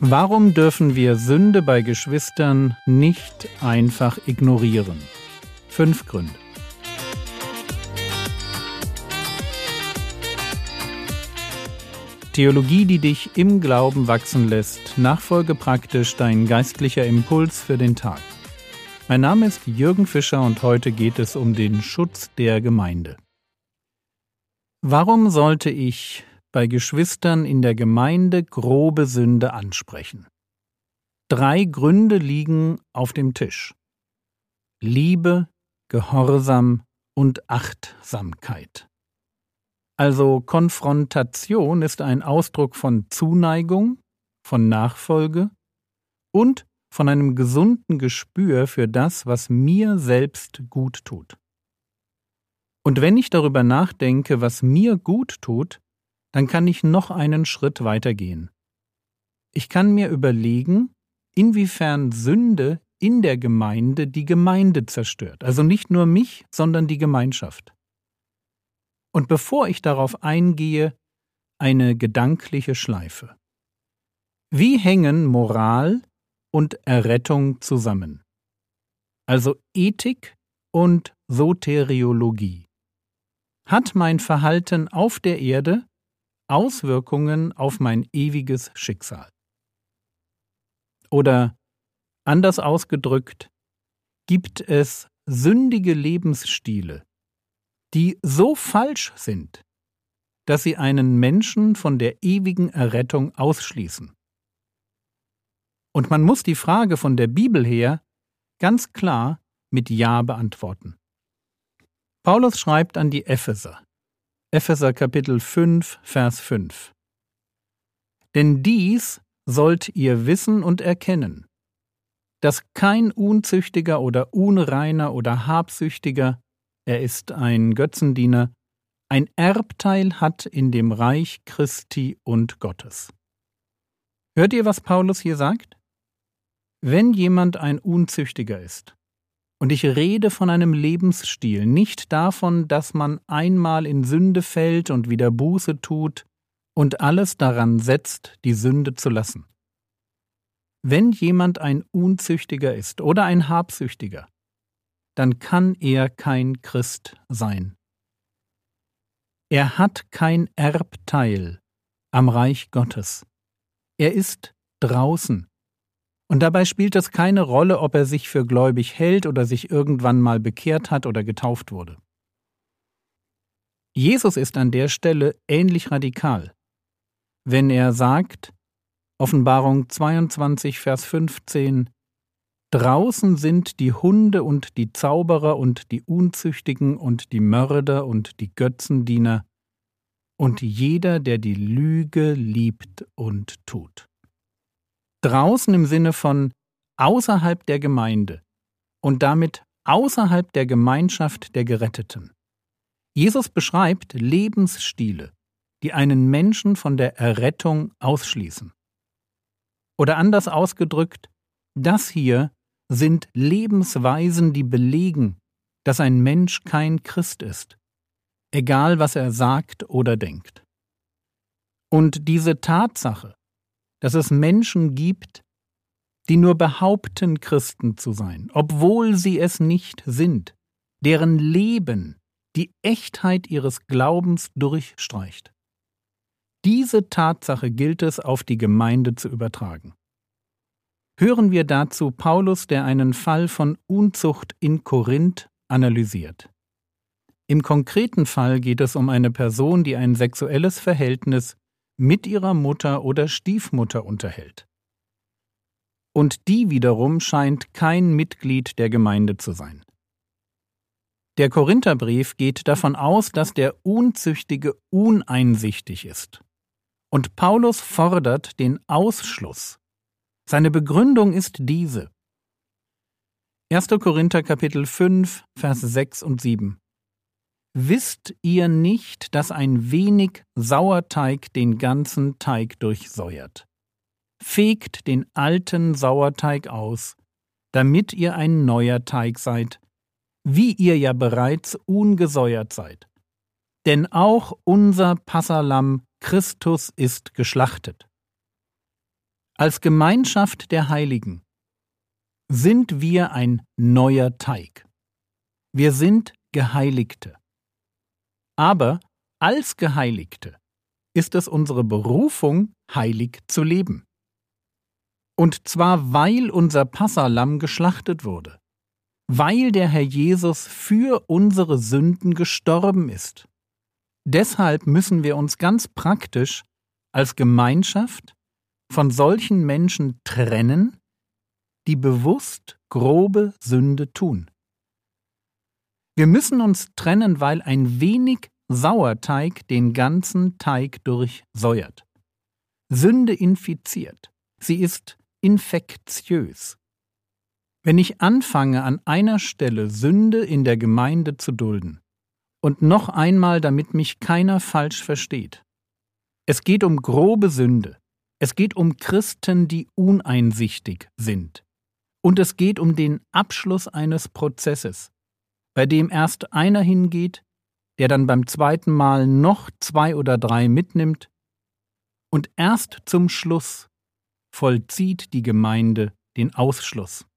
Warum dürfen wir Sünde bei Geschwistern nicht einfach ignorieren? 5 Gründe. Theologie, die dich im Glauben wachsen lässt. Nachfolge praktisch dein geistlicher Impuls für den Tag. Mein Name ist Jürgen Fischer und heute geht es um den Schutz der Gemeinde. Warum sollte ich bei Geschwistern in der Gemeinde grobe Sünde ansprechen? 3 Gründe liegen auf dem Tisch: Liebe, Gehorsam und Achtsamkeit. Also Konfrontation ist ein Ausdruck von Zuneigung, von Nachfolge und von einem gesunden Gespür für das, was mir selbst gut tut. Und wenn ich darüber nachdenke, was mir gut tut, dann kann ich noch einen Schritt weitergehen. Ich kann mir überlegen, inwiefern Sünde in der Gemeinde die Gemeinde zerstört. Also nicht nur mich, sondern die Gemeinschaft. Und bevor ich darauf eingehe, eine gedankliche Schleife. Wie hängen Moral und Errettung zusammen? Also Ethik und Soteriologie. Hat mein Verhalten auf der Erde Auswirkungen auf mein ewiges Schicksal? Oder anders ausgedrückt, gibt es sündige Lebensstile, die so falsch sind, dass sie einen Menschen von der ewigen Errettung ausschließen? Und man muss die Frage von der Bibel her ganz klar mit Ja beantworten. Paulus schreibt an die Epheser Kapitel 5, Vers 5. Denn dies sollt ihr wissen und erkennen, dass kein Unzüchtiger oder Unreiner oder Habsüchtiger, er ist ein Götzendiener, ein Erbteil hat in dem Reich Christi und Gottes. Hört ihr, was Paulus hier sagt? Wenn jemand ein Unzüchtiger ist, und ich rede von einem Lebensstil, nicht davon, dass man einmal in Sünde fällt und wieder Buße tut und alles daran setzt, die Sünde zu lassen. Wenn jemand ein Unzüchtiger ist oder ein Habsüchtiger, dann kann er kein Christ sein. Er hat kein Erbteil am Reich Gottes. Er ist draußen. Und dabei spielt es keine Rolle, ob er sich für gläubig hält oder sich irgendwann mal bekehrt hat oder getauft wurde. Jesus ist an der Stelle ähnlich radikal, wenn er sagt, Offenbarung 22, Vers 15, draußen sind die Hunde und die Zauberer und die Unzüchtigen und die Mörder und die Götzendiener und jeder, der die Lüge liebt und tut. Draußen im Sinne von außerhalb der Gemeinde und damit außerhalb der Gemeinschaft der Geretteten. Jesus beschreibt Lebensstile, die einen Menschen von der Errettung ausschließen. Oder anders ausgedrückt, das hier sind Lebensweisen, die belegen, dass ein Mensch kein Christ ist, egal was er sagt oder denkt. Und diese Tatsache, dass es Menschen gibt, die nur behaupten, Christen zu sein, obwohl sie es nicht sind, deren Leben die Echtheit ihres Glaubens durchstreicht. Diese Tatsache gilt es, auf die Gemeinde zu übertragen. Hören wir dazu Paulus, der einen Fall von Unzucht in Korinth analysiert. Im konkreten Fall geht es um eine Person, die ein sexuelles Verhältnis mit ihrer Mutter oder Stiefmutter unterhält. Und die wiederum scheint kein Mitglied der Gemeinde zu sein. Der Korintherbrief geht davon aus, dass der Unzüchtige uneinsichtig ist. Und Paulus fordert den Ausschluss. Seine Begründung ist diese. 1. Korinther Kapitel 5, Vers 6 und 7. Wisst ihr nicht, dass ein wenig Sauerteig den ganzen Teig durchsäuert? Fegt den alten Sauerteig aus, damit ihr ein neuer Teig seid, wie ihr ja bereits ungesäuert seid. Denn auch unser Passahlamm Christus ist geschlachtet. Als Gemeinschaft der Heiligen sind wir ein neuer Teig. Wir sind Geheiligte. Aber als Geheiligte ist es unsere Berufung, heilig zu leben. Und zwar, weil unser Passalamm geschlachtet wurde, weil der Herr Jesus für unsere Sünden gestorben ist. Deshalb müssen wir uns ganz praktisch als Gemeinschaft von solchen Menschen trennen, die bewusst grobe Sünde tun. Wir müssen uns trennen, weil ein wenig Sauerteig den ganzen Teig durchsäuert. Sünde infiziert. Sie ist infektiös. Wenn ich anfange, an einer Stelle Sünde in der Gemeinde zu dulden, und noch einmal, damit mich keiner falsch versteht, es geht um grobe Sünde, es geht um Christen, die uneinsichtig sind, und es geht um den Abschluss eines Prozesses, bei dem erst einer hingeht, der dann beim zweiten Mal noch 2 oder 3 mitnimmt, und erst zum Schluss vollzieht die Gemeinde den Ausschluss.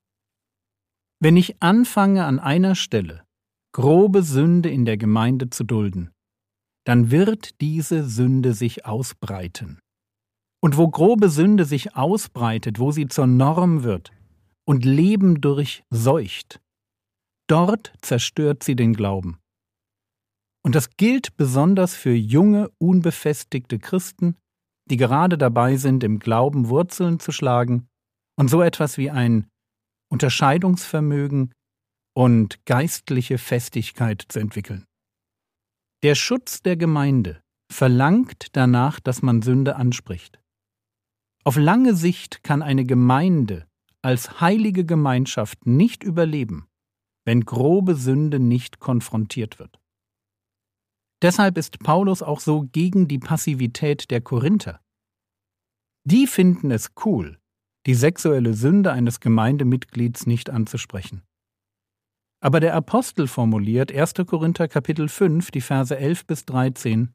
Wenn ich anfange, an einer Stelle grobe Sünde in der Gemeinde zu dulden, dann wird diese Sünde sich ausbreiten. Und wo grobe Sünde sich ausbreitet, wo sie zur Norm wird und Leben durchseucht, dort zerstört sie den Glauben. Und das gilt besonders für junge, unbefestigte Christen, die gerade dabei sind, im Glauben Wurzeln zu schlagen und so etwas wie ein Unterscheidungsvermögen und geistliche Festigkeit zu entwickeln. Der Schutz der Gemeinde verlangt danach, dass man Sünde anspricht. Auf lange Sicht kann eine Gemeinde als heilige Gemeinschaft nicht überleben, wenn grobe Sünde nicht konfrontiert wird. Deshalb ist Paulus auch so gegen die Passivität der Korinther. Die finden es cool, die sexuelle Sünde eines Gemeindemitglieds nicht anzusprechen. Aber der Apostel formuliert 1. Korinther Kapitel 5, die Verse 11 bis 13: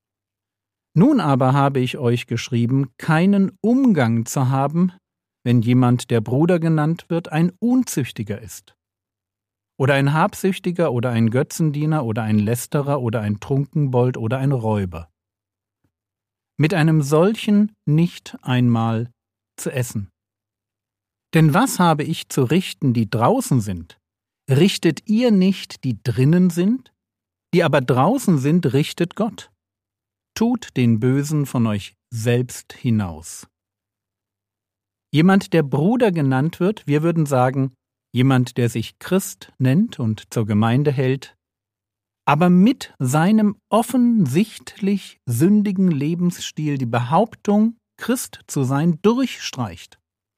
Nun aber habe ich euch geschrieben, keinen Umgang zu haben, wenn jemand, der Bruder genannt wird, ein Unzüchtiger ist, oder ein Habsüchtiger oder ein Götzendiener oder ein Lästerer oder ein Trunkenbold oder ein Räuber. Mit einem solchen nicht einmal zu essen. Denn was habe ich zu richten, die draußen sind? Richtet ihr nicht, die drinnen sind? Die aber draußen sind, richtet Gott. Tut den Bösen von euch selbst hinaus. Jemand, der Bruder genannt wird, wir würden sagen, jemand, der sich Christ nennt und zur Gemeinde hält, aber mit seinem offensichtlich sündigen Lebensstil die Behauptung, Christ zu sein, durchstreicht.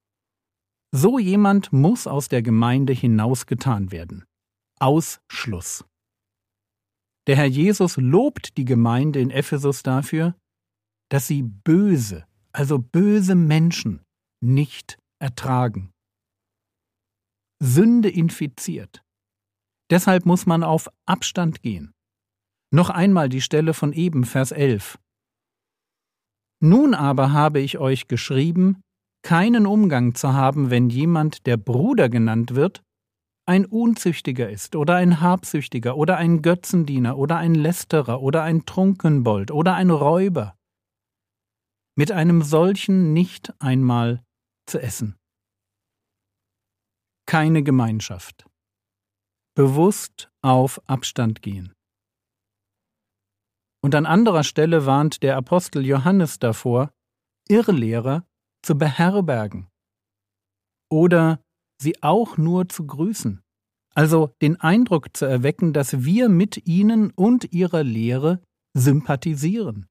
So jemand muss aus der Gemeinde hinausgetan werden. Ausschluss. Der Herr Jesus lobt die Gemeinde in Ephesus dafür, dass sie böse, also böse Menschen, nicht ertragen. Sünde infiziert. Deshalb muss man auf Abstand gehen. Noch einmal die Stelle von eben, Vers 11. Nun aber habe ich euch geschrieben, keinen Umgang zu haben, wenn jemand, der Bruder genannt wird, ein Unzüchtiger ist oder ein Habsüchtiger oder ein Götzendiener oder ein Lästerer oder ein Trunkenbold oder ein Räuber. Mit einem solchen nicht einmal zu essen. Keine Gemeinschaft. Bewusst auf Abstand gehen. Und an anderer Stelle warnt der Apostel Johannes davor, Irrlehrer zu beherbergen oder sie auch nur zu grüßen, also den Eindruck zu erwecken, dass wir mit ihnen und ihrer Lehre sympathisieren.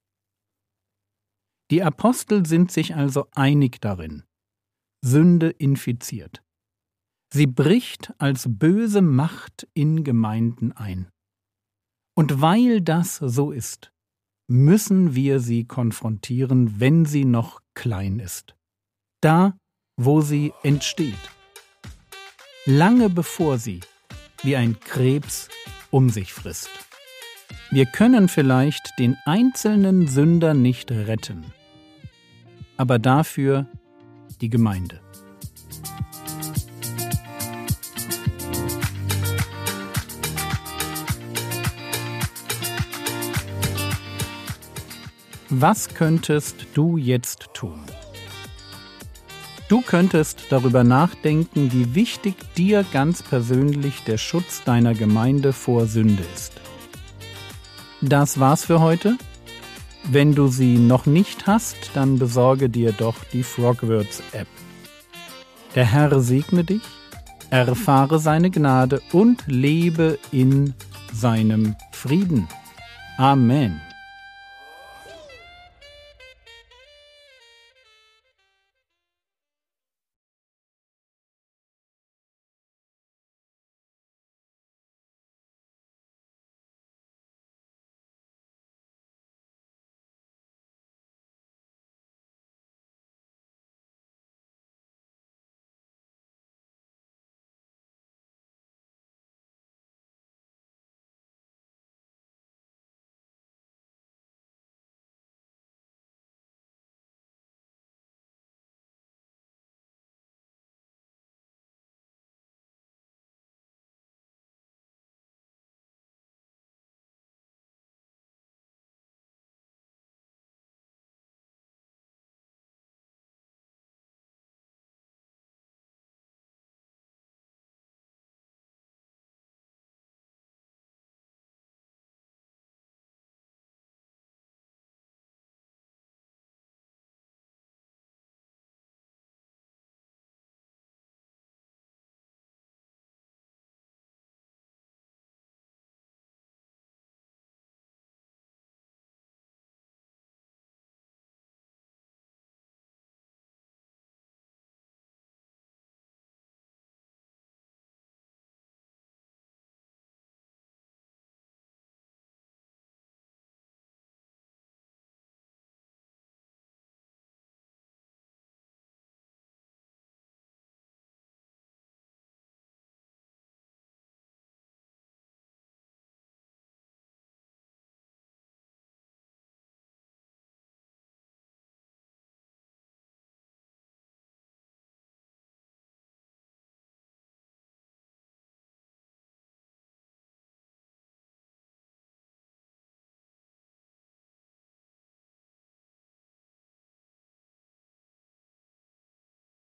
Die Apostel sind sich also einig darin: Sünde infiziert. Sie bricht als böse Macht in Gemeinden ein. Und weil das so ist, müssen wir sie konfrontieren, wenn sie noch klein ist. Da, wo sie entsteht. Lange bevor sie wie ein Krebs um sich frisst. Wir können vielleicht den einzelnen Sünder nicht retten. aber dafür die Gemeinde. Was könntest du jetzt tun? Du könntest darüber nachdenken, wie wichtig dir ganz persönlich der Schutz deiner Gemeinde vor Sünde ist. Das war's für heute. Wenn du sie noch nicht hast, dann besorge dir doch die Frogwords-App. Der Herr segne dich, erfahre seine Gnade und lebe in seinem Frieden. Amen.